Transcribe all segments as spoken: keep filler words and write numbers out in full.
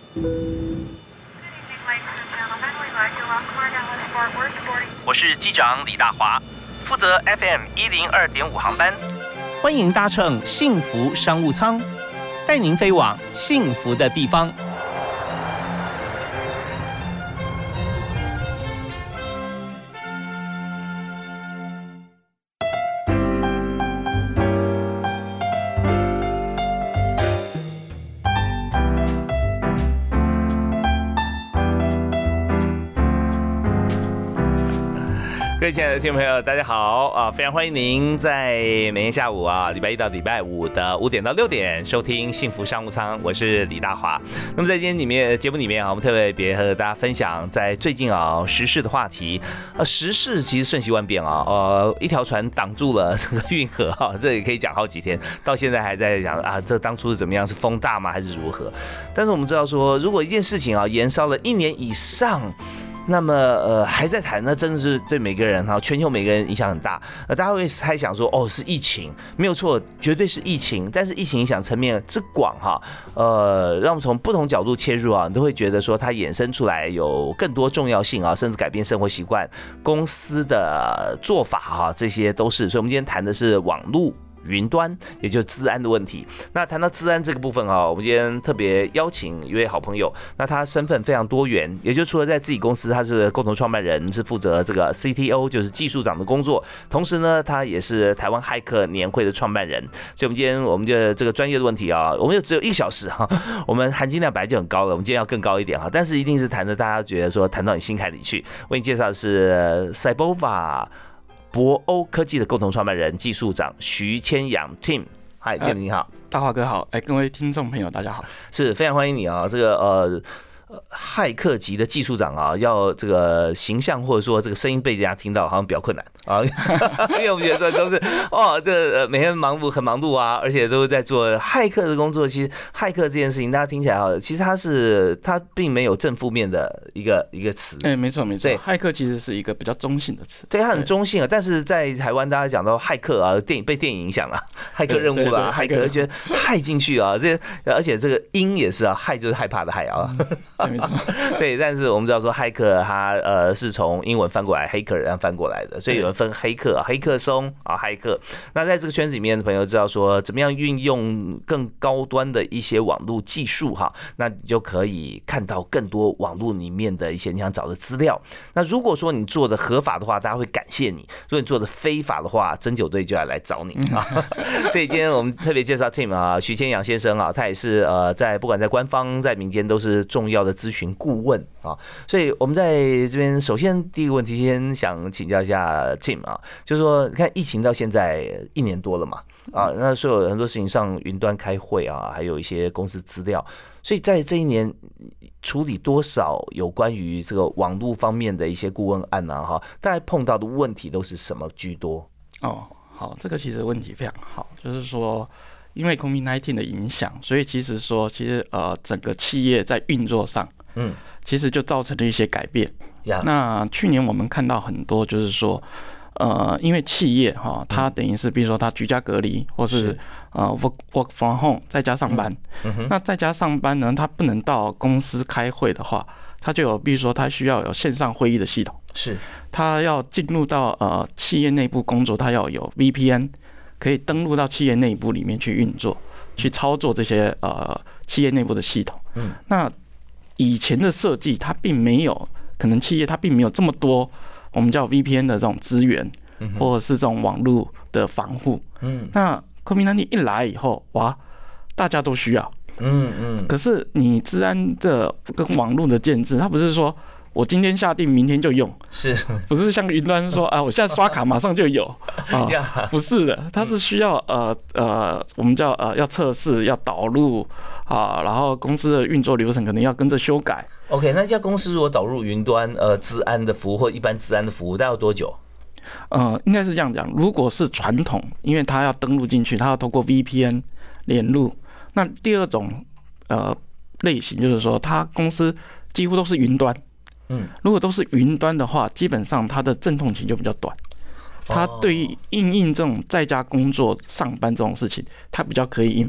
我是机长李大华，负责 F M 一零二点五航班，欢迎搭乘幸福商务舱，带您飞往幸福的地方。各位亲爱的听众朋友，大家好啊！非常欢迎您在每天下午啊，礼拜一到礼拜五的五点到六点收听幸福商务舱，我是李大华。那么在今天里面节目里面啊，我们特别和大家分享在最近啊时事的话题。呃，时事其实瞬息万变啊，呃，一条船挡住了这个运河哈，这也可以讲好几天，到现在还在讲啊，这当初是怎么样？是风大吗？还是如何？但是我们知道说，如果一件事情啊延烧了一年以上，那么呃还在谈，那真的是对每个人哈，全球每个人影响很大。呃，大家会猜想说，哦，是疫情，没有错，绝对是疫情。但是疫情影响层面之广哈，呃，让我们从不同角度切入啊，你都会觉得说它衍生出来有更多重要性啊，甚至改变生活习惯、公司的做法哈，这些都是。所以我们今天谈的是网络云端，也就是资安的问题。那谈到资安这个部分啊，我们今天特别邀请一位好朋友，那他身份非常多元，也就除了在自己公司他是共同创办人，是负责这个 C T O 就是技术长的工作，同时呢他也是台湾骇客年会的创办人。所以我们今天我们就这个专业的问题啊，我们就只有一小时哈，我们含金量本来就很高了，我们今天要更高一点哈，但是一定是谈的大家觉得说谈到你心坎里去。为你介绍的是 Cybova博欧科技的共同创办人、技术长徐千阳 Tim。嗨 ，Tim 你好， 大华哥好，哎，各位听众朋友大家好， 是非常欢迎你啊！这个呃。骇客级的技术长啊，要这个形象或者说这个声音被人家听到，好像比较困难啊，因为我们觉得说都是哦，这每天忙碌很忙碌啊，而且都在做骇客的工作。其实骇客这件事情，大家听起来啊，其实它是它并没有正负面的一个一个词。 哎，没错没错，骇客其实是一个比较中性的词， 对，它很中性啊。但是在台湾，大家讲到骇客啊，电影被电影影响了，骇客任务啦，骇客觉得害进去啊，这而且这个音也是啊，害就是害怕的害啊。 没错， 对，但是我们知道说骇客它呃是从英文翻过来，黑客人翻过来的，所以有人分黑客、黑客松啊、骇客。那在这个圈子里面的朋友知道说，怎么样运用更高端的一些网络技术哈，那你就可以看到更多网络里面的一些你想找的资料。那如果说你做的合法的话，大家会感谢你；如果你做的非法的话，侦九队就要来找你啊。所以今天我们特别介绍 Tim 啊，徐千阳先生啊，他也是呃在不管在官方在民间都是重要的咨询顾问啊，所以我们在这边首先第一个问题，先想请教一下 Tim 啊，就是说，你看疫情到现在一年多了嘛，啊，那所有很多事情上云端开会啊，还有一些公司资料，所以在这一年处理多少有关于这个网络方面的一些顾问案啊，哈，大概碰到的问题都是什么居多？ 哦，好，这个其实问题非常好，就是说。因为 COVID 十九 的影响，所以其实说，其实呃，整个企业在运作上，嗯，其实就造成了一些改变。Yeah. 那去年我们看到很多，就是说，呃，因为企业哈，它等于是，比如说它居家隔离，或是, 是呃 work work from home 在家上班。嗯嗯、那在家上班呢，它不能到公司开会的话，它就有，比如说它需要有线上会议的系统， 是， 它要进入到呃企业内部工作，它要有 V P N。可以登录到企业内部里面去运作，去操作这些呃企业内部的系统。嗯，那以前的设计它并没有，可能企业它并没有这么多我们叫 V P N 的这种资源，或者是这种网络的防护。嗯，那 COVID 十九 一来以后，哇，大家都需要。嗯嗯。可是你资安的跟网络的建制，它不是说。我今天下定，明天就用，是不是像云端说啊？我现在刷卡马上就有啊？不是的，它是需要呃呃，我们叫呃要测试，要导入啊，然后公司的运作流程可能要跟着修改。 OK， 那一家公司如果导入云端呃资安的服务或一般资安的服务，大概要多久？ 呃，应该是这样讲。如果是传统，因为它要登录进去，它要透过 V P N 连入。那第二种呃类型就是说，它公司几乎都是云端。嗯，如果都是云端的话，基本上它的阵痛期就比较短。它对于应应这种在家工作、上班这种事情，它比较可以应付。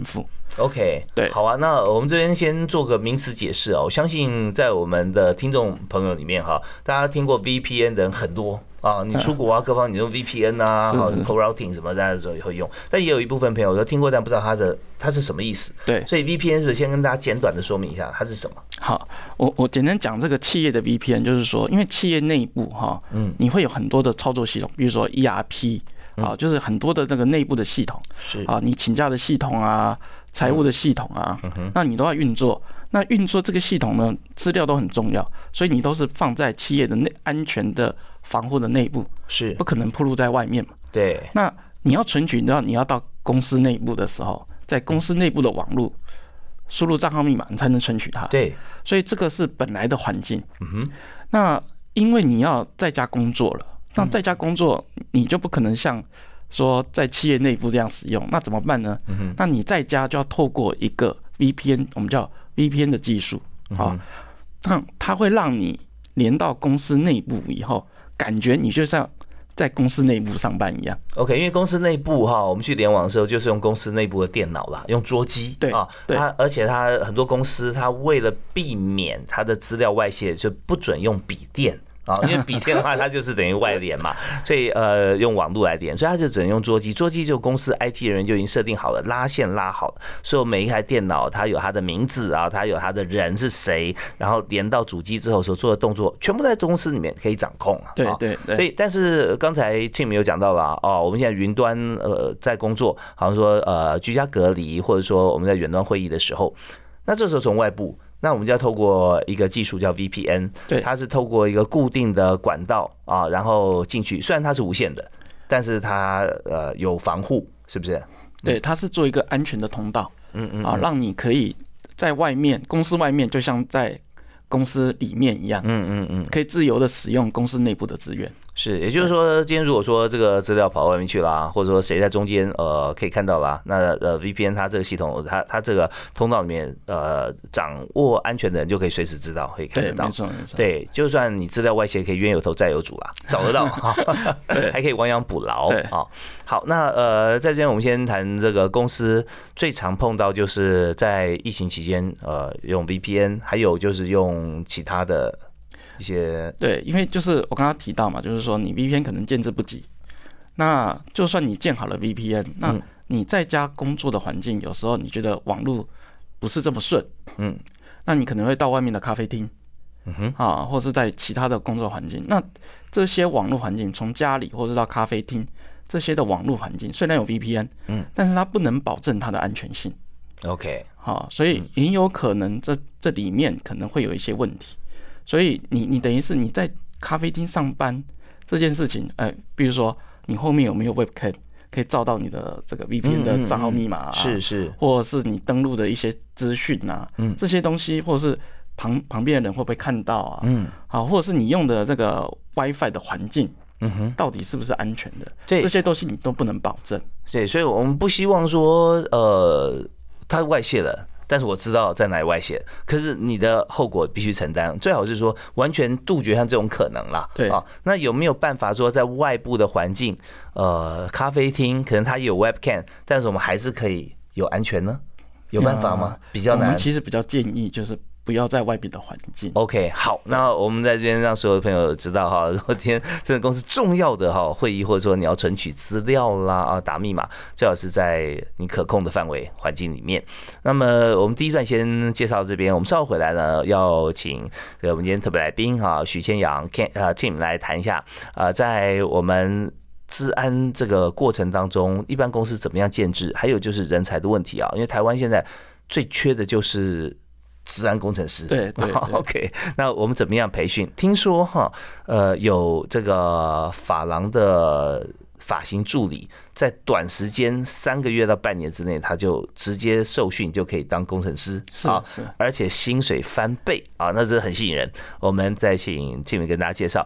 OK， 对， 好啊。那我们这边先做个名词解释啊。我相信在我们的听众朋友里面哈，大家听过 V P N 的人很多啊。你出国啊，各方你用 V P N 啊，好 co-routing 什么，大家的时候也会用。但也有一部分朋友都听过，但不知道它的它是什么意思。 对， 所以 V P N 是不是先跟大家简短的说明一下它是什么？ 好，我我简单讲这个企业的 V P N， 就是说，因为企业内部哈，嗯，你会有很多的操作系统，比如说 E R P。啊，就是很多的这个内部的系统， 是啊，你请假的系统啊，财务的系统啊，嗯、那你都要运作。那运作这个系统呢，资料都很重要，所以你都是放在企业的内安全的防护的内部， 是不可能暴露在外面嘛。 对。那你要存取，你要你要到公司内部的时候，在公司内部的网络输入账号密码，你才能存取它。 对。 所以这个是本来的环境。 嗯哼。 那因为你要在家工作了。那在家工作，你就不可能像说在企业内部这样使用，那怎么办呢？嗯、那你在家就要透过一个 V P N， 我们叫 V P N 的技术，好、嗯，它它会让你连到公司内部以后，感觉你就像在公司内部上班一样。 OK， 因为公司内部哈，我们去联网的时候就是用公司内部的电脑啦，用桌机。 对啊，对。 它而且它很多公司，它为了避免它的资料外泄，就不准用笔电。啊，因为笔电的话，它就是等于外联嘛，所以呃用网络来连，所以它就只能用桌机。桌机就公司 I T 人员就已经设定好了，拉线拉好了，所以每一台电脑它有它的名字啊，它有它的人是谁，然后连到主机之后所做的动作，全部在公司里面可以掌控啊。 对对对。 所以，但是刚才 Tim 有讲到了哦，我们现在云端呃在工作，好像说呃居家隔离，或者说我们在远端会议的时候，那这时候从外部。那我们就要透过一个技术叫 V P N， 对，它是透过一个固定的管道啊，然后进去。虽然它是无线的，但是它呃有防护，是不是？ 对，它是做一个安全的通道，嗯嗯，啊，让你可以在外面公司外面，就像在公司里面一样，嗯嗯嗯，可以自由的使用公司内部的资源。 是，也就是说，今天如果说这个资料跑到外面去啦，或者说谁在中间呃可以看到啦，那呃 V P N 它这个系统，它它这个通道里面呃掌握安全的人就可以随时知道，可以看得到。 对，没错没错。 对，就算你资料外泄，可以冤有头债有主啦，找得到，还可以亡羊补牢啊。好，那呃在这边我们先谈这个公司最常碰到就是在疫情期间呃用 V P N， 还有就是用其他的。一些对，因为就是我刚刚提到嘛，就是说你 V P N 可能建制不及，那就算你建好了 V P N， 那你在家工作的环境，有时候你觉得网络不是这么顺，嗯，那你可能会到外面的咖啡厅，嗯哼，啊，或是在其他的工作环境，那这些网络环境，从家里或是到咖啡厅这些的网络环境，虽然有 V P N， 嗯，但是它不能保证它的安全性 ，OK， 好，所以也有可能这这里面可能会有一些问题。所以你你等于是你在咖啡厅上班这件事情，呃，比如说你后面有没有 webcam 可以照到你的这个 V P N 的账号密码啊， 是是， 或者是你登录的一些资讯啊，嗯，这些东西，或者是旁旁边的人会不会看到啊，嗯，好，或者是你用的这个 WiFi 的环境，嗯哼，到底是不是安全的？对，这些东西你都不能保证。 对，所以我们不希望说，呃，它外泄了。但是我知道在哪里外泄，可是你的后果必须承担。最好是说完全杜绝像这种可能啦。 对啊， 那有没有办法说在外部的环境，呃，咖啡厅可能它也有 webcam， 但是我们还是可以有安全呢？有办法吗？比较难。 我们其实比较建议就是不要在外边的环境。 OK， 好，那我们在这边让所有的朋友知道哈，如果今天这个公司重要的哈会议，或者说你要存取资料啦啊打密码，最好是在你可控的范围环境里面。那么我们第一段先介绍这边，我们稍后回来呢，要请我们今天特别来宾哈许千阳 Ken 呃 Tim 来谈一下啊，在我们治安这个过程当中，一般公司怎么样建制，还有就是人才的问题啊，因为台湾现在最缺的就是治安工程师。 对对, 对 ，OK， 那我们怎么样培训？听说哈，呃，有这个发廊的发型助理，在短时间三个月到半年之内，他就直接受训就可以当工程师啊， 而且薪水翻倍啊，那这很吸引人。我们再请Tim跟大家介绍。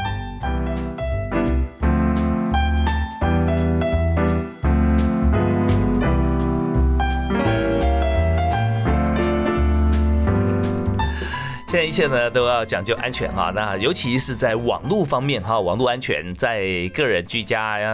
现在一切呢都要讲究安全哈，那尤其是在网络方面哈，网络安全在个人居家呀、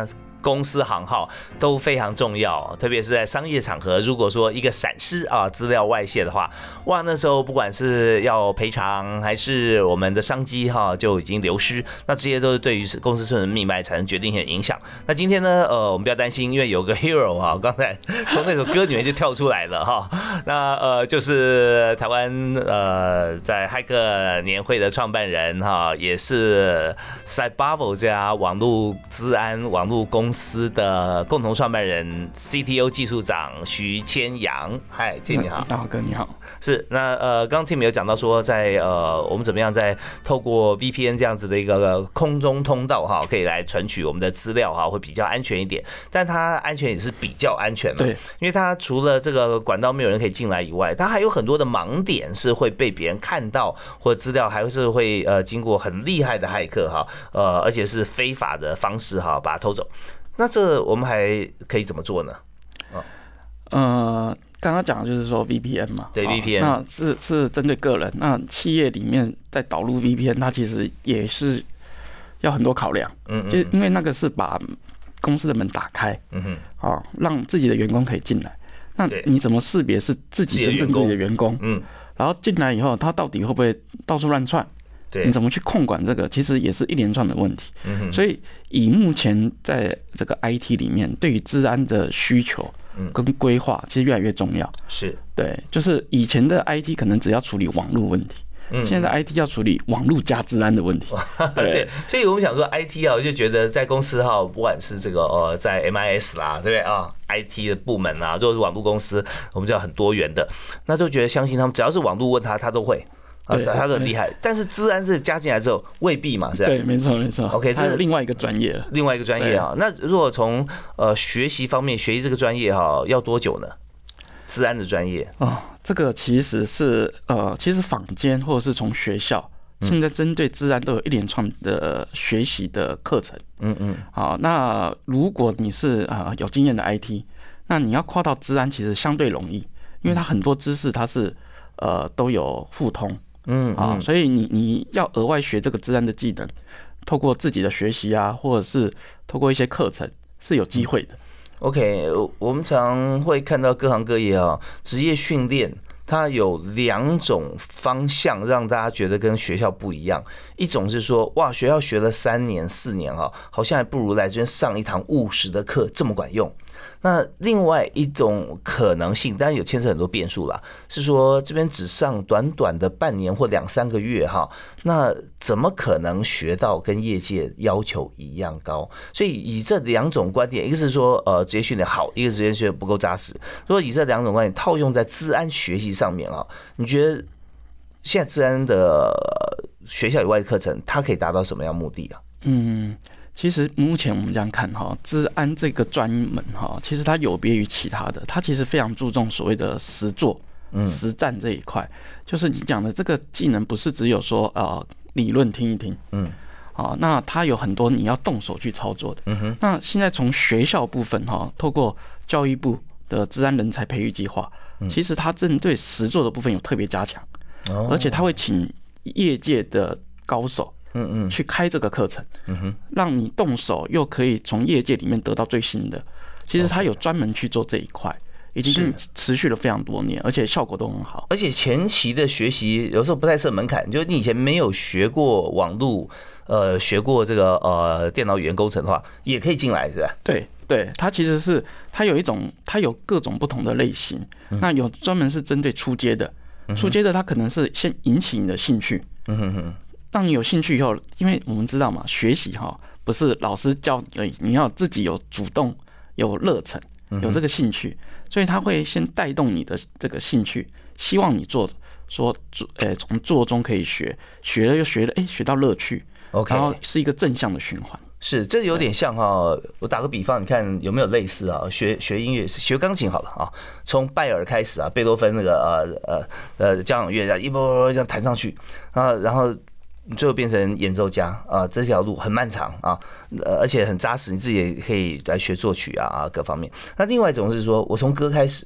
公司行号都非常重要，特别是在商业场合，如果说一个闪失啊，资料外泄的话，哇，那时候不管是要赔偿还是我们的商机哈就已经流失，那这些都是对于公司生存命脉产生决定性的影响。那今天呢，呃，我们不要担心，因为有个 hero 哈，刚才从那首歌里面就跳出来了哈，那呃就是台湾呃在骇客年会的创办人哈，也是 Cybervo 这家网络资安网络公司的共同创办人 C T O 技术长徐千阳。嗨，建你好。 大华哥你好。 是，那呃，刚刚 Tim 有讲到说在，在呃我们怎么样在透过 V P N 这样子的一个空中通道哈，可以来存取我们的资料哈，会比较安全一点。但它安全也是比较安全的，对，因为它除了这个管道没有人可以进来以外，它还有很多的盲点是会被别人看到，或者资料还是会呃经过很厉害的骇客哈，呃，而且是非法的方式哈把它偷走。那这我们还可以怎么做呢？ 呃，刚刚讲的就是说 V P N 嘛， 对 V P N， 那是是针对个人。那企业里面在导入 V P N， 它其实也是要很多考量，嗯嗯，就是因为那个是把公司的门打开，嗯哼，啊，让自己的员工可以进来。那你怎么识别是自己真正自己的员工？嗯，然后进来以后，他到底会不会到处乱窜？对，你怎么去控管这个？其实也是一连串的问题。嗯，所以以目前在这个 I T 里面，对于治安的需求跟规划，其实越来越重要。是，对，就是以前的 I T 可能只要处理网络问题。现在 I T 要处理网络加治安的问题， 对，对，所以我们想说 I T 啊，我就觉得在公司哈，不管是这个呃在 M I S 啦，对不对啊 ？I T 的部门啊，如果是网络公司，我们就要很多元的，那就觉得相信他们，只要是网络问他，他都会。啊，他都很厉害，但是治安这加进来之后未必嘛，是吧？ 对，没错没错。 OK， 这是另外一个专业了， 另外一个专业啊。那如果从呃学习方面，学习这个专业哈，要多久呢？治安的专业啊、哦，这个其实是呃，其实坊间或者是从学校，现在针对治安都有一连串的学习的课程。嗯嗯。好，那如果你是啊、呃、有经验的 I T， 那你要跨到治安其实相对容易，因为它很多知识它是呃都有互通。嗯啊，所以你你要额外学这个治安的技能，透过自己的学习啊，或者是透过一些课程是有机会的。 OK， 我们常会看到各行各业啊，职业训练它有两种方向让大家觉得跟学校不一样。一种是说，哇，学校学了三年四年啊，好像还不如来这边上一堂务实的课这么管用。那另外一种可能性，当然有牵涉很多变数啦，是说这边只上短短的半年或两三个月哈，那怎么可能学到跟业界要求一样高？所以以这两种观点，一个是说呃职业训练好，一个职业训练不够扎实。如果以这两种观点套用在治安学习上面啊，你觉得现在治安的学校以外的课程，它可以达到什么样目的啊？ 嗯。其实目前我们这样看哈，治安这个专门哈，其实它有别于其他的，它其实非常注重所谓的实作、实战这一块。就是你讲的这个技能，不是只有说呃理论听一听，嗯，啊，那它有很多你要动手去操作的。嗯哼。那现在从学校部分哈，透过教育部的治安人才培育计划，其实它针对实作的部分有特别加强，而且它会请业界的高手。嗯嗯，去开这个课程，嗯哼，让你动手又可以从业界里面得到最新的。其实他有专门去做这一块，已经持续了非常多年，而且效果都很好。 而且前期的学习有时候不太设门槛，就是你以前没有学过网络，呃，学过这个呃电脑语言工程的话，也可以进来，是吧？ 对对，它其实是它有一种，它有各种不同的类型。嗯、那有专门是针对初阶的，初阶的它可能是先引起你的兴趣。嗯哼哼。让你有兴趣以后，因为我们知道嘛，学习哈不是老师教而已，你要自己有主动、有热忱、有这个兴趣，所以他会先带动你的这个兴趣，希望你做，说做，诶，从做中可以学，学了又学了，哎，学到乐趣， OK， 然后是一个正向的循环。 是，这有点像哈，我打个比方，你看有没有类似啊？学学音乐，学钢琴好了啊，从拜耳开始啊，贝多芬那个呃呃呃交响乐这样一波波这样弹上去啊，然后。最后变成演奏家啊，这条路很漫长啊，呃，而且很扎实，你自己也可以来学作曲啊啊各方面。那另外一种是说，我从歌开始，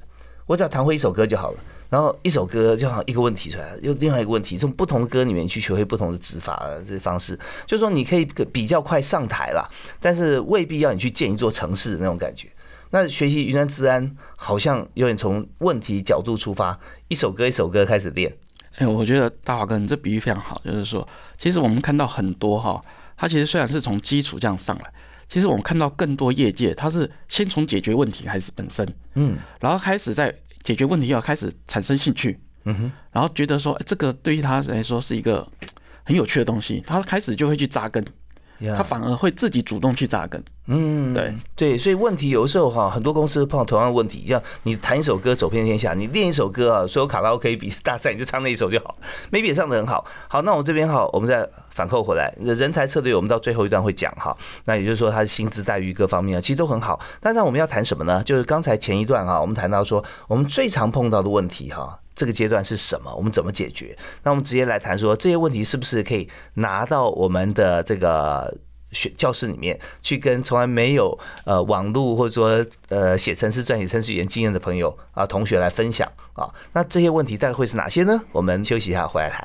我只要弹会一首歌就好了。然后一首歌就好像一个问题出来，又另外一个问题，从不同的歌里面去学会不同的指法这些方式，就是说你可以比较快上台啦，但是未必要你去建一座城市的那种感觉。那学习云端资安好像有点从问题角度出发，一首歌一首歌开始练。 哎、欸，我觉得大华哥你这比喻非常好，就是说，其实我们看到很多哈，它其实虽然是从基础这样上来，其实我们看到更多业界，它是先从解决问题开始本身，嗯，然后开始在解决问题要开始产生兴趣，嗯哼，然后觉得说、欸、这个对于他来说是一个很有趣的东西，他开始就会去扎根， yeah. 他反而会自己主动去扎根。嗯，对对，所以问题有的时候哈，很多公司碰到同样的问题，像你弹一首歌走遍天下，你练一首歌啊，所有卡拉 OK 比大赛你就唱那一首就好 ，maybe 也唱得很好。好，那我这边哈，我们再反扣回来，人才策略我们到最后一段会讲哈。那也就是说，他的薪资待遇各方面啊，其实都很好。但是我们要谈什么呢？就是刚才前一段哈，我们谈到说，我们最常碰到的问题哈。这个阶段是什么？我们怎么解决？那我们直接来谈说这些问题是不是可以拿到我们的这个学教室里面去跟从来没有呃网络或者说呃写程式、撰写程式语言经验的朋友啊同学来分享啊？那这些问题大概会是哪些呢？我们休息一下，回来谈。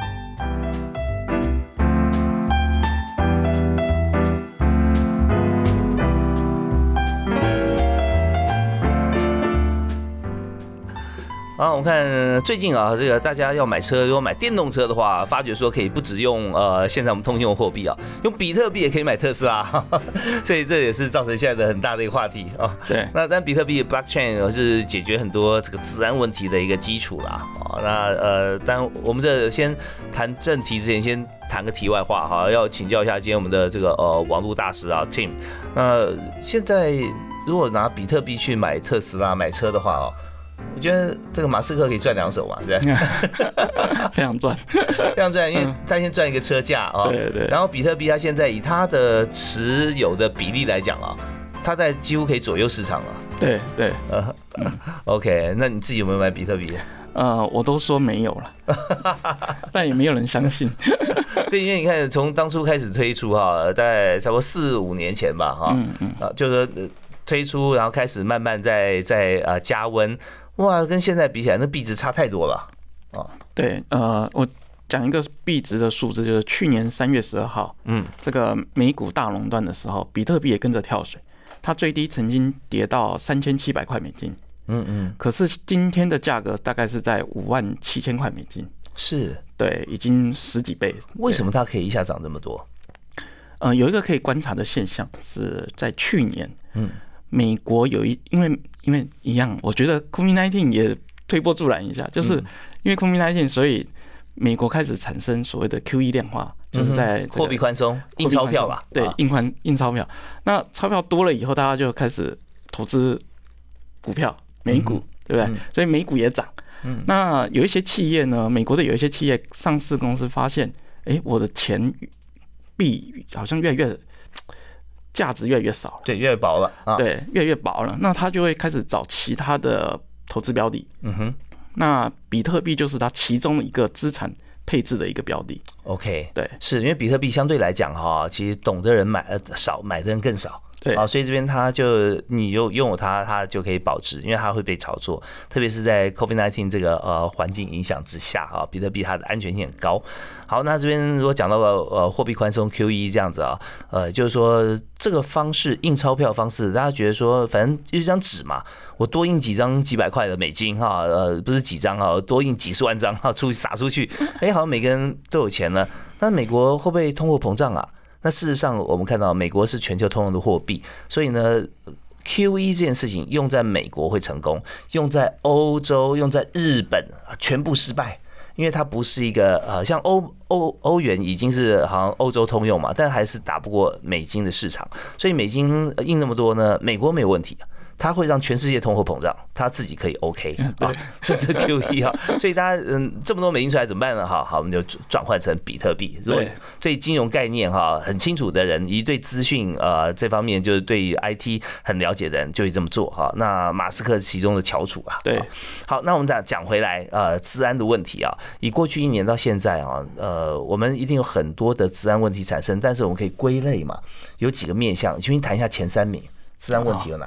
好，我们看最近啊，这个大家要买车，如果买电动车的话，发觉说可以不只用呃现在我们通用货币啊，用比特币也可以买特斯拉，呵呵，所以这也是造成现在的很大的一个话题啊。 对， 那但比特币 blockchain 是解决很多这个治安问题的一个基础啦。啊，那呃，但我们这先谈正题之前，先谈个题外话哈，要请教一下今天我们的这个呃网络大师啊 Tim。那现在如果拿比特币去买特斯拉买车的话哦。我觉得这个马斯克可以赚两手嘛，对不对？ 非常赚， 非常赚，因为他先赚一个车价啊、哦， 对对。 然后比特币他现在以他的持有的比例来讲啊，他在几乎可以左右市场了。 对对， 呃、嗯、，OK， 那你自己有没有买比特币？ 呃，我都说没有了，但也没有人相信。 所以因为你看，从当初开始推出哈，大概差不多四五年前吧，哈，嗯嗯，啊，就是说推出，然后开始慢慢在在呃加温。哇，跟现在比起来，那币值差太多了啊！ 对，呃，我讲一个币值的数字，就是去年三月十二号，嗯，这个美股大熔断的时候，比特币也跟着跳水，它最低曾经跌到三千七百块美金，嗯嗯，可是今天的价格大概是在五万七千块美金， 是， 对，已经十几倍。 为什么它可以一下涨这么多？ 呃，有一个可以观察的现象是在去年，嗯。美国有一，因为因为一样，我觉得 COVID 十九 也推波助澜一下，就是因为 COVID 十九，所以美国开始产生所谓的 Q E 量化，就是在货币宽松，印钞票吧， 对，印宽印钞票。那钞票多了以后，大家就开始投资股票，美股，对不对？所以美股也涨。那有一些企业呢，美国的有一些企业上市公司发现，哎，我的钱币好像越来越。价值越来越少了， 对，越来越薄了，啊、 对，越来越薄了。那他就会开始找其他的投资标的。嗯哼，那比特币就是他其中一个资产配置的一个标的。 OK， 对， 是因为比特币相对来讲哈，其实懂的人买呃少，买的人更少。 对啊，所以这边它就你就拥有它，它就可以保值，因为它会被炒作，特别是在 COVID 十九 这个呃环境影响之下啊，比特币它的安全性很高。好，那这边如果讲到了呃货币宽松 Q E 这样子啊，呃就是说这个方式印钞票方式，大家觉得说反正就是一张纸嘛，我多印几张几百块的美金哈，呃不是几张哈，多印几十万张哈出去撒出去，哎好像每个人都有钱了。那美国会不会通货膨胀啊？那事实上，我们看到美国是全球通用的货币，所以呢 ，Q E 这件事情用在美国会成功，用在欧洲、用在日本全部失败，因为它不是一个呃，像欧欧欧元已经是好像欧洲通用嘛，但还是打不过美金的市场，所以美金印那么多呢，美国没有问题。它会让全世界通货膨胀，它自己可以 OK 啊，这是 Q E 哈，所以大家嗯这么多美金出来怎么办呢？好好，我们就转换成比特币。如果对金融概念哈很清楚的人，以及对资讯呃这方面就是对 I T 很了解的人，就会这么做哈。那马斯克是其中的翘楚啊。 对， 好，那我们再讲回来呃资安的问题啊，以过去一年到现在啊，呃我们一定有很多的资安问题产生，但是我们可以归类嘛，有几个面向，请你谈一下前三名资安问题有哪些？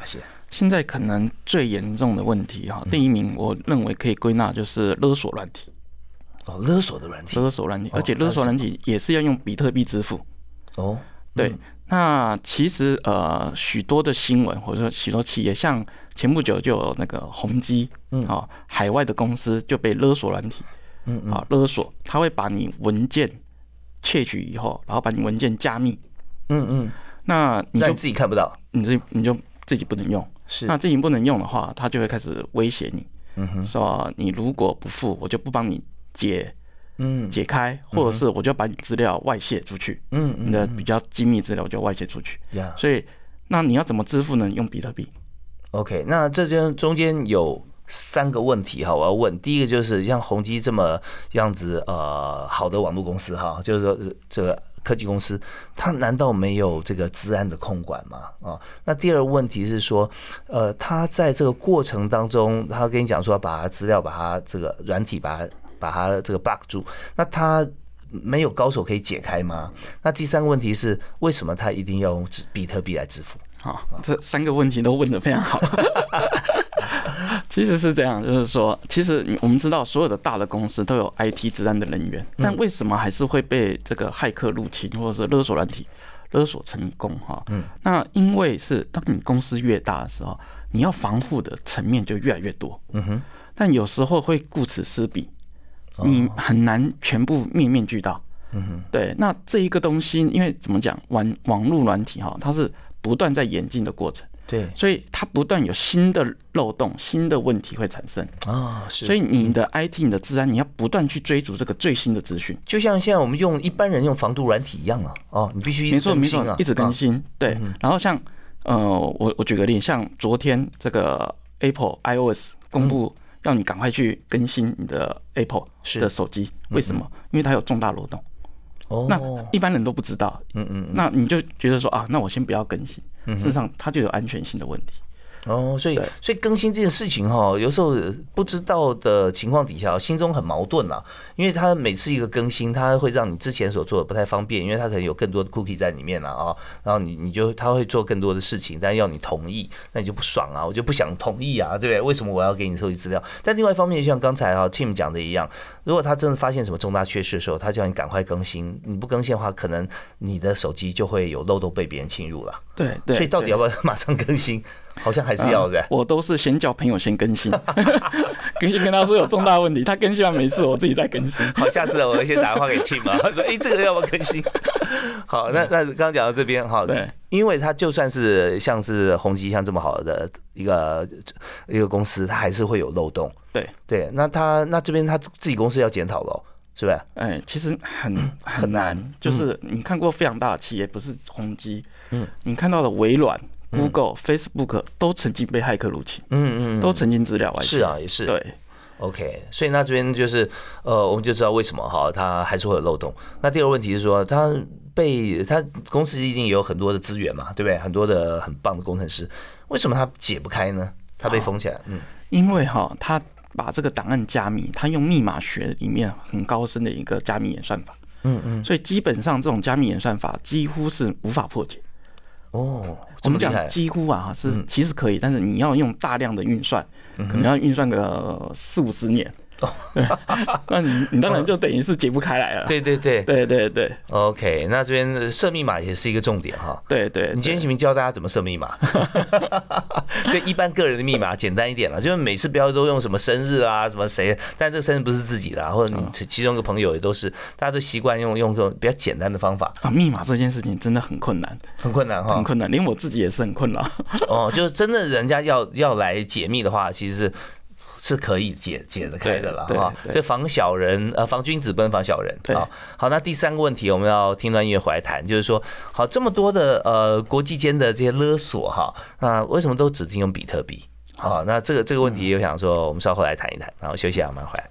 现在可能最严重的问题哈，第一名我认为可以归纳就是勒索软体。 哦，勒索的软体， 勒索软体，而且勒索软体也是要用比特币支付。 哦， 对，那其实呃许多的新闻或者说许多企业，像前不久就有那个宏基，嗯，啊，海外的公司就被勒索软体，嗯嗯，啊勒索，他会把你文件窃取以后，然后把你文件加密，嗯嗯，那你就你自己看不到， 你自你就自己不能用， 是， 那自己不能用的话，他就会开始威胁你，嗯哼，说你如果不付，我就不帮你解。嗯，解开，或者是我就把你资料外泄出去，嗯，你的比较机密资料就外泄出去，嗯、所以那你要怎么支付呢？用比特币。 OK， 那这间中间有三个问题哈，我要问。第一个就是像宏基这么样子呃好的网络公司哈，就是说这个科技公司，它难道没有这个资安的控管吗？啊，那第二个问题是说，呃，它在这个过程当中，他跟你讲说把它资料把它这个软体把它。把它这个 bug 住，那它没有高手可以解开吗？那第三个问题是，为什么它一定要用比特币来支付？ 好，这三个问题都问得非常好。其实是这样，就是说，其实我们知道所有的大的公司都有 I T 治安的人员，但为什么还是会被这个骇客入侵或者是勒索软体勒索成功？哈，嗯，那因为是当你公司越大的时候，你要防护的层面就越来越多。嗯哼，但有时候会顾此失彼。你很难全部面面俱到，嗯哼，对。那这一个东西，因为怎么讲，网网络软体哈，它是不断在演进的过程， 对， 所以它不断有新的漏洞、新的问题会产生啊，是。 所以你的 I T、你的治安，你要不断去追逐这个最新的资讯， 就像现在我们用一般人用防毒软体一样啊，哦，你必须一直更新啊， 没错没错，一直更新，啊、对。嗯、然后像呃，我我举个例，像昨天这个 Apple iOS 公布。嗯要你赶快去更新你的 Apple 的手机，为什么？因为它有重大漏洞。哦，那一般人都不知道。嗯嗯，那你就觉得说啊，那我先不要更新。事实上，它就有安全性的问题。 哦，所以所以更新这件事情哈，有时候不知道的情况底下，心中很矛盾啊。因为它每次一个更新，它会让你之前所做的不太方便，因为它可能有更多的 cookie 在里面了啊。然后你你就它会做更多的事情，但要你同意，那你就不爽啊，我就不想同意啊，对不对？为什么我要给你收集资料？但另外一方面，就像刚才啊 Tim 讲的一样，如果他真的发现什么重大缺失的时候，他叫你赶快更新，你不更新的话，可能你的手机就会有漏洞被别人侵入了。 对对， 所以到底要不要马上更新？好像还是要的、啊。 我都是先叫朋友先更新，更新跟他说有重大问题，他更新完没事，我自己再更新。 好，下次我会先打电话给Tim嘛，说哎、欸，这个要不要更新？好，那那刚刚讲到这边哈，对，因为他就算是像是宏基像这么好的一个一个公司，他还是会有漏洞。 对对，那他那这边他自己公司要检讨了。是不是？ 哎，其实很很难，就是你看过非常大的企业，不是宏基，嗯，你看到的微软、Google、Facebook 都曾经被骇客入侵，嗯嗯，都曾经资料外泄， 是啊，也是， 对 ，OK， 所以那这边就是呃，我们就知道为什么哈，它还是会有漏洞。那第二个问题是说，它被它公司一定有很多的资源嘛，对不对？很多的很棒的工程师，为什么它解不开呢？它被封起来，嗯， 因为哈，它把这个档案加密，它用密码学里面很高深的一个加密演算法，嗯嗯，所以基本上这种加密演算法几乎是无法破解。 哦， 我们讲几乎啊，是其实可以，但是你要用大量的运算，可能要运算个四五十年。对，那你你当然就等于是解不开来了。 对对对对对对。 OK， 那这边设密码也是一个重点哈。 对 对, 对， 你今天行不行教大家怎么设密码？对，一般个人的密码简单一点了，就是每次不要都用什么生日啊，什么谁，但这个生日不是自己的、啊，或者你其中一个朋友也都是，大家都习惯用用这种比较简单的方法啊。密码这件事情真的很困难， 很困难哈， 很困难，连我自己也是很困扰。 哦，就是真的人家要要来解密的话，其实是。是可以解解得开的了哈，这防小人呃防君子不能防小人啊。好，那第三个问题我们要听段音乐回来谈，就是说，好这么多的呃国际间的这些勒索哈，那为什么都只听用比特币？好，那这个这个问题，我想说我们稍后来谈一谈，然后休息一下，马上回来。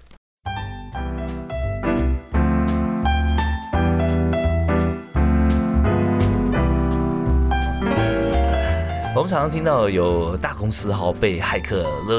我们常常听到有大公司哈被骇客勒索哈，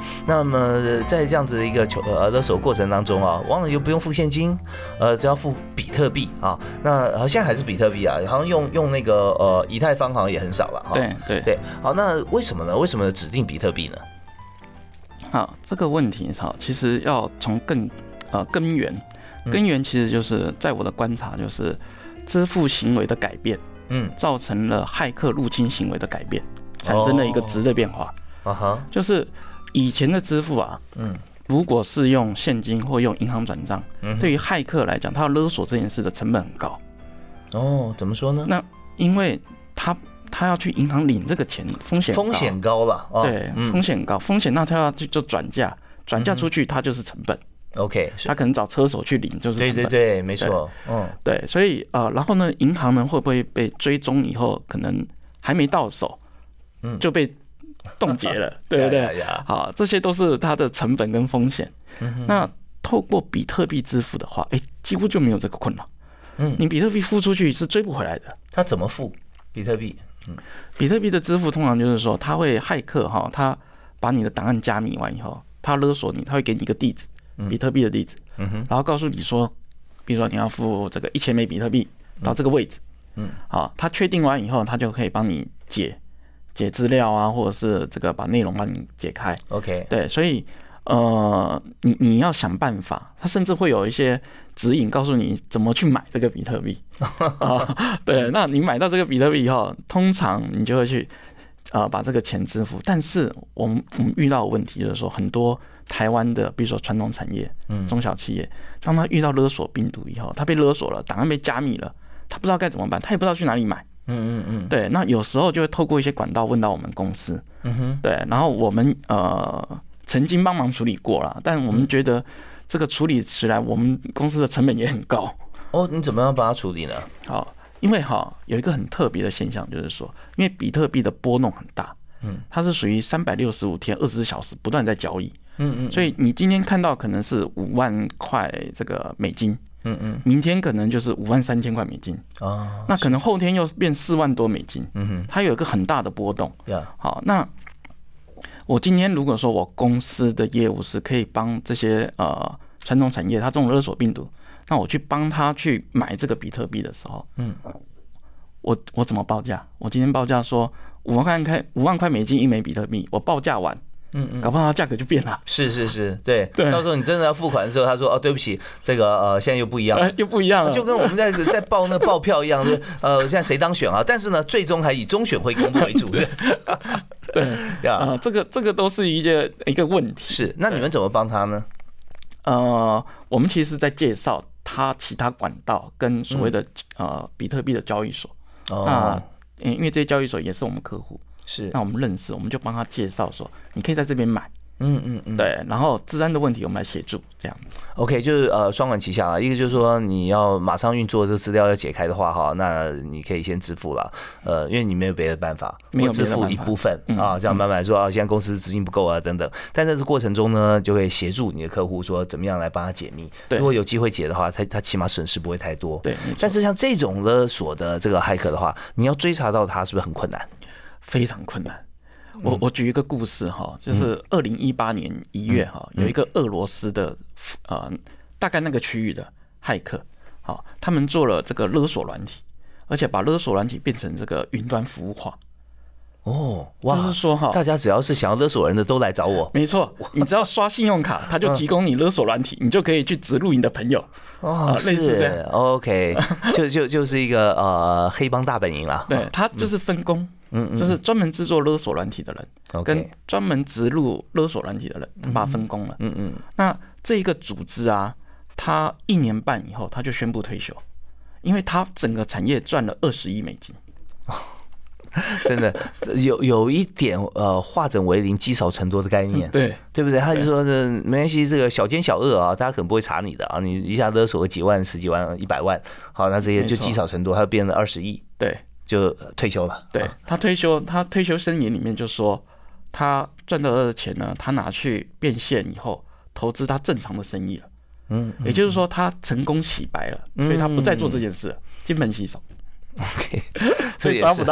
那么在这样子的一个求呃勒索过程当中啊，往往又不用付现金，呃，只要付比特币啊。那好像现在还是比特币啊，好像用用那个呃以太坊好像也很少了哈。 对对对，好，那为什么呢？为什么指定比特币呢？ 好，这个问题好，其实要从更呃根源，根源其实就是在我的观察，就是支付行为的改变，嗯，造成了骇客入侵行为的改变，产生了一个质的变化。啊哈，就是以前的支付啊，嗯，如果是用现金或用银行转账，嗯，对于骇客来讲，他要勒索这件事的成本很高。 哦，怎么说呢？ 那因为他。他要去银行领这个钱，风险风险高了，哦、 对，嗯、风险高，风险那他要就就转嫁，转嫁出去，他就是成本。 OK， 他可能找车手去领，就是成本。 对对对，没错， 嗯，对，所以呃，然后呢，银行呢会不会被追踪以后，可能还没到手，嗯，就被冻结了，对不对？好，这些都是它的成本跟风险。嗯、那透过比特币支付的话，哎，几乎就没有这个困扰。嗯，你比特币付出去是追不回来的。 他怎么付？比特币？ 嗯，比特币的支付通常就是说，他会骇客哈，他把你的档案加密完以后，他勒索你，他会给你一个地址，比特币的地址，嗯哼，然后告诉你说，比如说你要付这个一千枚比特币到这个位置，嗯，好，他确定完以后，他就可以帮你解解资料啊，或者是这个把内容帮你解开 ，OK， 对，所以呃，你你要想办法，他甚至会有一些指引告诉你怎么去买这个比特币啊。对，那你买到这个比特币以后，通常你就会去啊、呃、把这个钱支付。但是我们我们遇到的问题就是说，很多台湾的比如说传统产业、中小企业，当他遇到勒索病毒以后，他被勒索了，档案被加密了，他不知道该怎么办，他也不知道去哪里买。嗯嗯嗯，对，那有时候就会透过一些管道问到我们公司，嗯哼，对，然后我们呃。曾经帮忙处理过啦，但我们觉得这个处理起来，我们公司的成本也很高。 哦，你怎么样把它处理呢？ 好，因为哈有一个很特别的现象，就是说，因为比特币的波动很大，嗯，它是属于三百六十五天、二十四小时不断在交易，嗯嗯，所以你今天看到可能是五万块这个美金，嗯嗯，明天可能就是五万三千块美金，哦，那可能后天又变四万多美金，嗯哼，它有一个很大的波动。好，那我今天如果说我公司的业务是可以帮这些呃传统产业，它这种勒索病毒，那我去帮他去买这个比特币的时候，嗯，我我怎么报价？我今天报价说五万块五万块美金一枚比特币，我报价完，嗯嗯，搞不好它价格就变了。 是是是，对对。到时候你真的要付款的时候，他说哦对不起，这个呃现在又不一样了， 呃、又不一样了， 就跟我们在在报那报票一样，就是呃现在谁当选啊？但是呢，最终还以中选会公布为主的。 对啊、呃，这个这个都是一个一个问题。 是，那你们怎么帮他呢？ 呃，我们其实在介绍他其他管道跟所谓的、嗯、呃比特币的交易所。哦。那因为这些交易所也是我们客户， 是。 那我们认识，我们就帮他介绍说，你可以在这边买。嗯嗯嗯，对，然后治安的问题我们来协助，这样。 OK， 就是呃双管齐下啊，一个就是说你要马上运作这个资料要解开的话哈，那你可以先支付了，呃，因为你没有别的办法， 没有支付一部分啊，这样慢慢说啊，现在公司资金不够啊等等，但在这过程中呢，就会协助你的客户说怎么样来帮他解密，如果有机会解的话，他他起码损失不会太多。 对， 但是像这种勒索的这个骇客的话，你要追查到他是不是很困难？ 非常困难。我我举一个故事哈，就是二零一八年一月哈，有一个俄罗斯的呃大概那个区域的骇客，好，他们做了这个勒索软体，而且把勒索软体变成这个云端服务化。 哦，哇， 就是说哈， 大家只要是想要勒索人的都来找我。 没错，你只要刷信用卡，他就提供你勒索软体，你就可以去植入你的朋友。 哦，类似这样。OK， 就就就是一个呃黑帮大本营啦。 对，他就是分工。嗯，就是专门制作勒索软体的人，跟专门植入勒索软体的人，他把它分工了。嗯嗯。那这一个组织啊，他一年半以后他就宣布退休，因为他整个产业赚了二十亿美金。 真的有有一点呃化整为零、积少成多的概念， 对对不对？他就说呢，没关系，这个小奸小恶啊，大家可能不会查你的啊，你一下勒索个几万、十几万、一百万，好，那这些就积少成多，他就变成二十亿。 对。 就退休了。 对，他退休，他退休声言里面就说，他赚到的钱呢，他拿去变现以后，投资他正常的生意了。嗯，也就是说，他成功洗白了，所以他不再做这件事了，金盆洗手。 OK， 所以抓不到。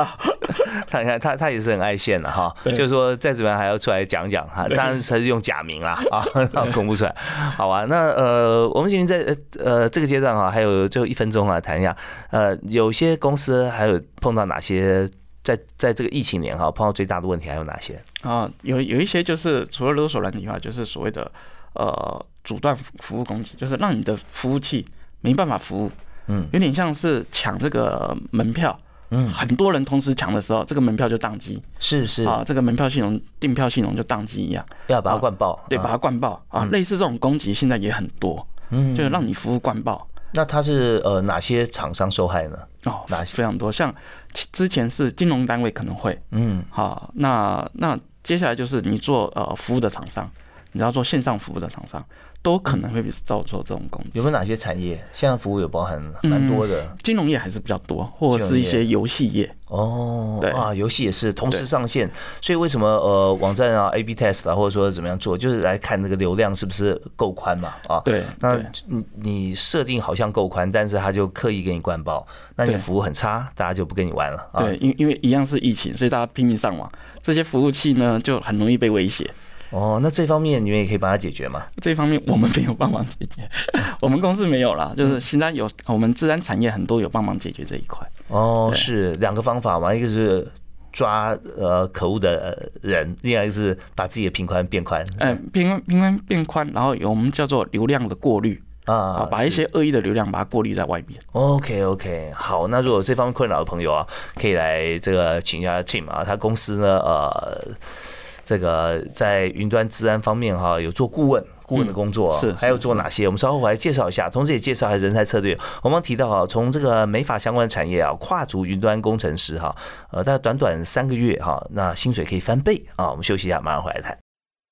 他你看他他也是很爱现的哈，就是说再怎么样还要出来讲讲哈，当然他是用假名啦啊，公布出来。好啊，那呃，我们今天在呃这个阶段哈，还有最后一分钟啊，谈一下呃，有些公司还有碰到哪些在在这个疫情年哈碰到最大的问题还有哪些啊？有有一些就是除了勒索软体化，就是所谓的呃阻断服务攻击，就是让你的服务器没办法服务，嗯，有点像是抢这个门票。嗯，很多人同时抢的时候，这个门票就宕机， 是是啊，这个门票系统、订票系统就宕机一样， 要把它灌爆， 对，把它灌爆啊。类似这种攻击现在也很多，嗯，就是让你服务灌爆。 那它是呃哪些厂商受害呢？ 哦，非常多，像之前是金融单位可能会，嗯，好，那那接下来就是你做呃服务的厂商，你要做线上服务的厂商。都可能会遭受这种攻击。 有没有哪些产业？线上服务有包含蛮多的、 嗯，金融业还是比较多，或者是一些游戏业。 哦，对啊，游戏也是同时上线，所以为什么呃网站啊 A B test 啊，或者说怎么样做，就是来看那个流量是不是够宽嘛？啊， 对， 那你你设定好像够宽，但是他就刻意给你灌爆，那你服务很差，大家就不跟你玩了。啊、 对，因因为一样是疫情，所以大家拼命上网，这些服务器呢就很容易被威胁。 哦，那这方面你们也可以帮他解决吗？ 这方面我们没有帮忙解决，我们公司没有啦，就是现在有我们治安产业很多有帮忙解决这一块。 哦，是两个方法嘛，一个是抓呃可恶的人，另外一个是把自己的频宽变宽。 嗯，频宽频宽变宽，然后有我们叫做流量的过滤。啊，把一些恶意的流量把它过滤在外面。 OK OK， 好，那如果这方面困扰的朋友啊，可以来这个请教 Tim 啊，他公司呢呃。这个在云端资安方面哈，有做顾问顾问的工作， 是还有做哪些？我们稍后回来介绍一下，同时也介绍一下人才策略。我们提到哈，从这个美法相关的产业啊，跨足云端工程师哈，呃，大概短短三个月哈，那薪水可以翻倍啊。我们休息一下，马上回来谈。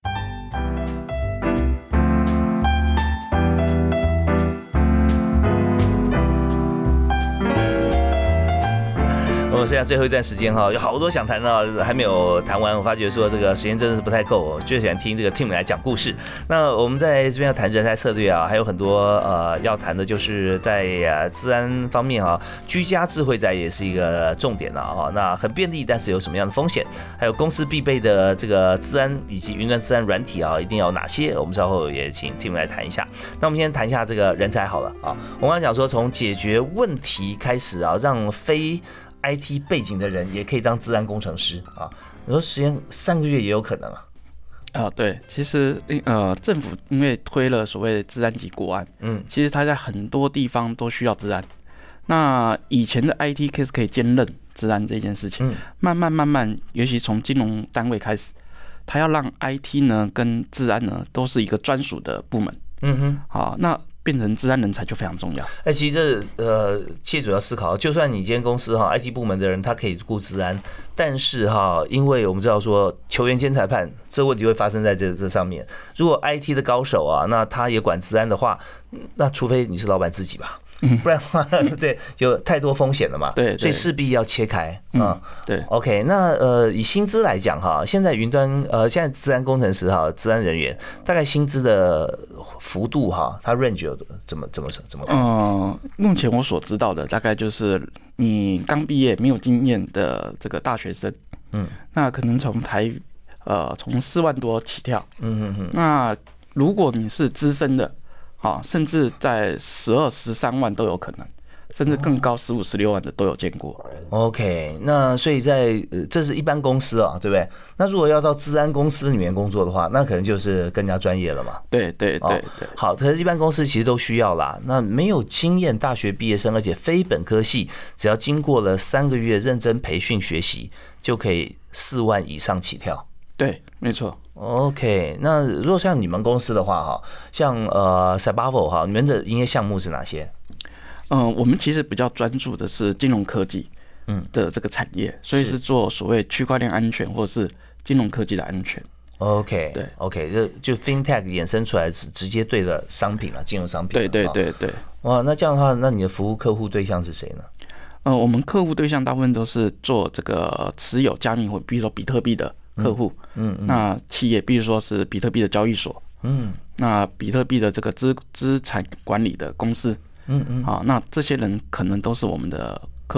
我剩下最后一段时间哈，有好多想谈的，还没有谈完。我发觉说这个时间真的是不太够，就喜欢听这个 Tim 来讲故事。那我们在这边要谈人才策略啊，还有很多呃要谈的，就是在呃资安方面啊，居家智慧宅也是一个重点了啊。那很便利，但是有什么样的风险？还有公司必备的这个资安以及云端资安软体啊，一定要有哪些？我们稍后也请 Tim 来谈一下。那我们先谈一下这个人才好了啊。我刚刚讲说，从解决问题开始啊，让非I T 背景的人也可以当资安工程师啊！你说时间三个月也有可能啊？ 啊，对，其实呃，政府因为推了所谓资安及国安，嗯，其实它在很多地方都需要资安。那以前的 I T case 可以兼任资安这件事情，嗯、慢慢慢慢，尤其从金融单位开始，它要让 I T 呢跟治安呢都是一个专属的部门。嗯哼，好，那变成治安人才就非常重要。 哎，其实这呃，企业主要思考，就算你今天公司哈 I T 部门的人他可以顾治安，但是哈，因为我们知道说球员兼裁判这问题会发生在这这上面。如果 I T 的高手啊，那他也管治安的话，那除非你是老板自己吧。不然的话，对，有太多风险了嘛。 对， 所以势必要切开啊。 对 ，OK， 那呃，以薪资来讲哈，现在云端呃，现在资安工程师哈，资安人员大概薪资的幅度哈，它 range 有怎么怎么怎么？ 嗯，目前我所知道的大概就是你刚毕业没有经验的这个大学生，嗯，那可能从台呃从四万多起跳，嗯嗯嗯。那如果你是资深的。啊，甚至在十二、十三万都有可能，甚至更高十五、十六万的都有见过。 OK， 那所以在呃，这是一般公司啊，对不对？那如果要到资安公司里面工作的话，那可能就是更加专业了嘛。 对对对对。 好，可是一般公司其实都需要啦。那没有经验大学毕业生，而且非本科系，只要经过了三个月认真培训学习，就可以四万以上起跳。 对，没错。 OK， 那如果像你们公司的话，哈，像呃 Cybervo 哈，你们的营业项目是哪些？ 嗯、呃，我们其实比较专注的是金融科技嗯的这个产业，所以是做所谓区块链安全或者是金融科技的安全。 OK， 对 ，OK， 就就 FinTech 衍生出来直直接对的商品啊，金融商品。 对对对对。 哇，那这样的话，那你的服务客户对象是谁呢？ 呃，我们客户对象大部分都是做这个持有加密货币，比如说比特币的客户，嗯，嗯那企业，比如说是比特币的交易所，嗯，那比特币的这个资资产管理的公司，嗯嗯，好，那这些人可能都是我们的客户。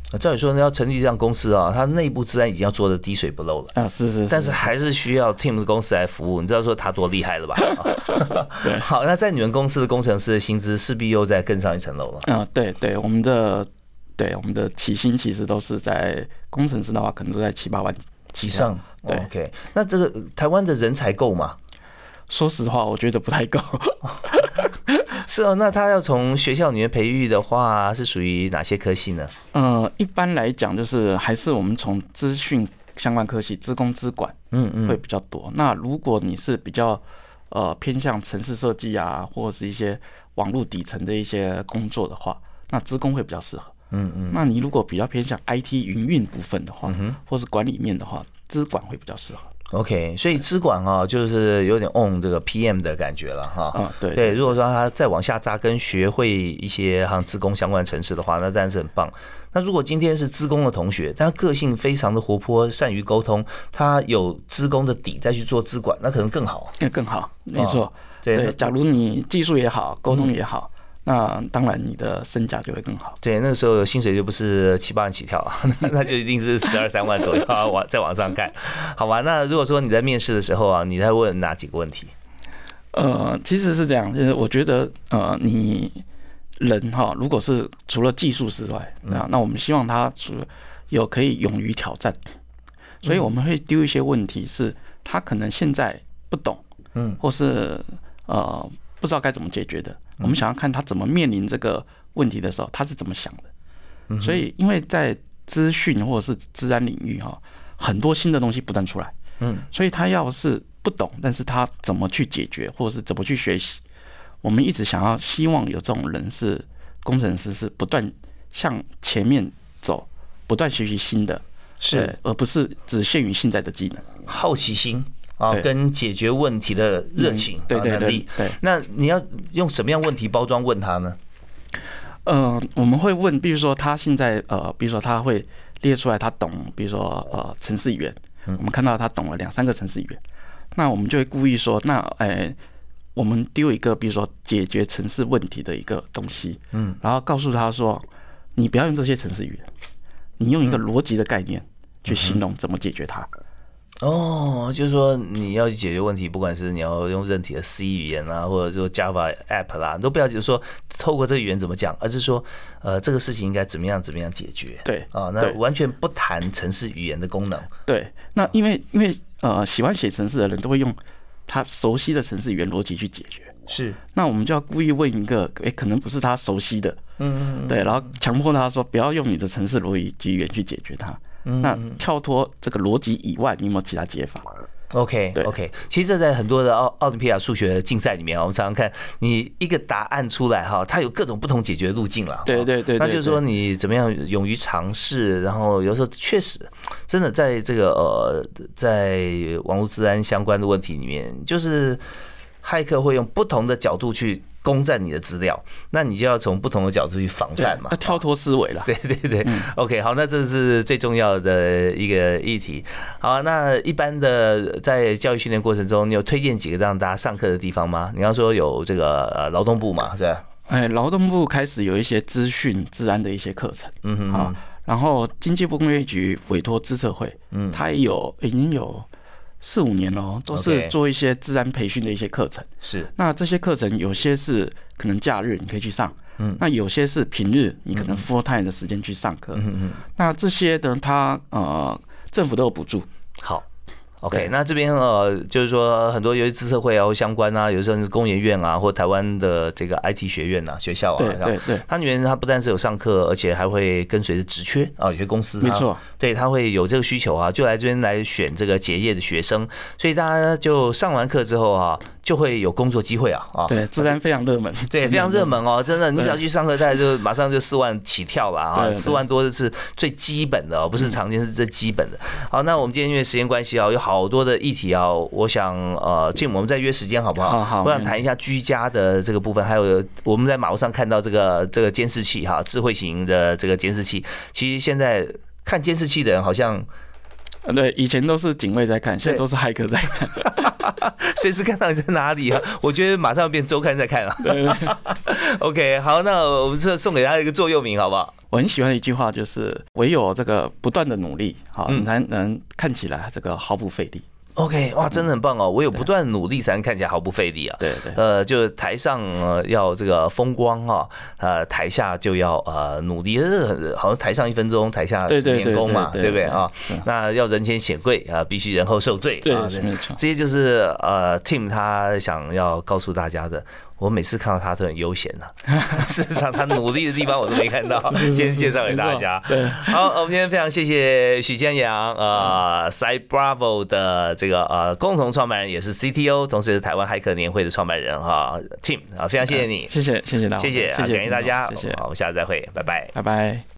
照理说呢，要成立这样公司啊，它内部治安已经要做的滴水不漏了啊，是 是, 是， 但是还是需要 team 的公司来服务，你知道说他多厉害了吧？对，好，那在你们公司的工程师的薪资势必又再更上一层楼了。 嗯，对对，我们的对我们的起薪其实都是在工程师的话，可能都在七八万以上。 对 ，OK， 那这个台湾的人才够吗？ 说实话，我觉得不太够。 是哦，那他要从学校里面培育的话，是属于哪些科系呢？ 呃，一般来讲，就是还是我们从资讯相关科系，资工、资管，嗯嗯，会比较多。那如果你是比较呃偏向程式设计啊，或者是一些网络底层的一些工作的话，那资工会比较适合。嗯嗯。那你如果比较偏向 I T 营运部分的话，嗯、或是管理面的话，资管会比较适合。 OK， 所以资管啊，就是有点 on 这个 P M 的感觉了哈。 嗯，对对。如果说他再往下扎根，学会一些像资工相关程式的话，那当然是很棒。那如果今天是资工的同学，但他个性非常的活泼，善于沟通，他有资工的底再去做资管，那可能更好。 那更好，没错。哦、对, 对，假如你技术也好，沟通也好。嗯，那当然，你的身价就会更好。 对，那个时候薪水就不是七八万起跳，那就一定是十二三万左右啊，往再往上看，好吧？那如果说你在面试的时候啊，你在问哪几个问题？ 呃，其实是这样，就是我觉得呃，你人哈，如果是除了技术之外，那那我们希望他除了有可以勇于挑战，所以我们会丢一些问题，是他可能现在不懂，嗯，或是呃不知道该怎么解决的。我们想要看他怎么面临这个问题的时候，他是怎么想的。所以，因为在资讯或者是资安领域哈，很多新的东西不断出来，嗯，所以他要是不懂，但是他怎么去解决，或者是怎么去学习，我们一直想要希望有这种人是工程师，是不断向前面走，不断学习新的，是，而不是只限于现在的技能， 好奇心。啊，跟解决问题的热情、 对对能力，对，那你要用什么样问题包装问他呢？ 呃，我们会问，比如说他现在呃，比如说他会列出来他懂，比如说呃程式语言，我们看到他懂了两三个程式语言，那我们就会故意说，那哎、欸，我们丢一个比如说解决程式问题的一个东西，嗯，然后告诉他说，你不要用这些程式语言，你用一个逻辑的概念去形容怎么解决它。 哦，就是说你要解决问题，不管是你要用任体的 C 语言啊，或者说 Java App 啦，你都不要就是说透过这个语言怎么讲，而是说呃这个事情应该怎么样怎么样解决。 对啊、哦，那完全不谈程式语言的功能。 对，那因为因为呃喜欢写程式的人都会用他熟悉的程式语言逻辑去解决。 是， 那我们就要故意问一个，哎、欸，可能不是他熟悉的，嗯嗯，对，然后强迫他说不要用你的程式逻辑语言去解决它。那跳脱这个逻辑以外，你有没有其他解法 ？OK OK， 其实这在很多的奥奥林匹亚数学竞赛里面，我们常常看你一个答案出来哈，它有各种不同解决路径了。 对对 对, 對， 那就是说你怎么样勇于尝试，然后有时候确实真的在这个呃在网络治安相关的问题里面，就是骇客会用不同的角度去攻占你的资料，那你就要从不同的角度去防范嘛， 要跳脱思维了。 对对对、嗯、，OK， 好，那这是最重要的一个议题。好，那一般的在教育训练过程中，你有推荐几个让大家上课的地方吗？你要说有这个呃劳动部嘛，是吧？ 哎，劳动部开始有一些资讯治安的一些课程，嗯哼，好，然后经济部工业局委托资策会，嗯，它也有已经有四五年了，都是做一些治安培训的一些课程。是，那这些课程有些是可能假日你可以去上，嗯，那有些是平日你可能 full time 的时间去上课，嗯嗯，那这些呢，它呃政府都有补助。 好。OK， 那这边呃，就是说很多由于资策会啊或相关啊，有时候是工研院啊，或台湾的这个 I T 学院啊、学校啊， 对对对， 它里面它不但是有上课，而且还会跟随着职缺啊，有些公司没错， 对，它会有这个需求啊，就来这边来选这个结业的学生，所以大家就上完课之后啊，就会有工作机会啊啊， 对，治安非常热门， 对，非常热门哦，真的，你只要去上课，大概就马上就四万起跳了啊，四万多是最基本的哦，不是常见，是最基本的。好，那我们今天因为时间关系啊，有好多的议题。我想呃，Jim，我们再约时间好不好？ 好好， 我想谈一下居家的这个部分，还有我们在马路上看到这个这个监视器哈，智慧型的这个监视器。其实现在看监视器的人好像， 对，以前都是警卫在看，现在都是骇客在看。 随时看到你在哪里啊？我觉得马上要变周刊在看了。 对对 OK， 好，那我们这送给他一个座右铭好不好？ 我很喜欢的一句话就是：唯有这个不断的努力，好， 嗯你才能看起来这个毫不费力。 OK， 哇，真的很棒哦！我有不断努力才能看起来毫不费力啊。 对对， 呃，就台上呃要这个风光哈，呃，台下就要呃努力，好像台上一分钟，台下十年功嘛，对不对啊？那要人前显贵啊，必须人后受罪啊， 没错， 这些就是呃 Tim 他想要告诉大家的。我每次看到他都很悠闲呐、啊，事实上他努力的地方我都没看到，先介绍给大家。好，我们今天非常谢谢许建阳，呃 ，Site Bravo 的这个呃共同创办人，也是 C T O， 同时也是台湾骇客年会的创办人哈 ，Tim 啊，非常谢谢你， 谢谢谢谢大家， 谢谢，感谢大家， 谢谢， 好，我们下次再会，拜拜， 拜拜。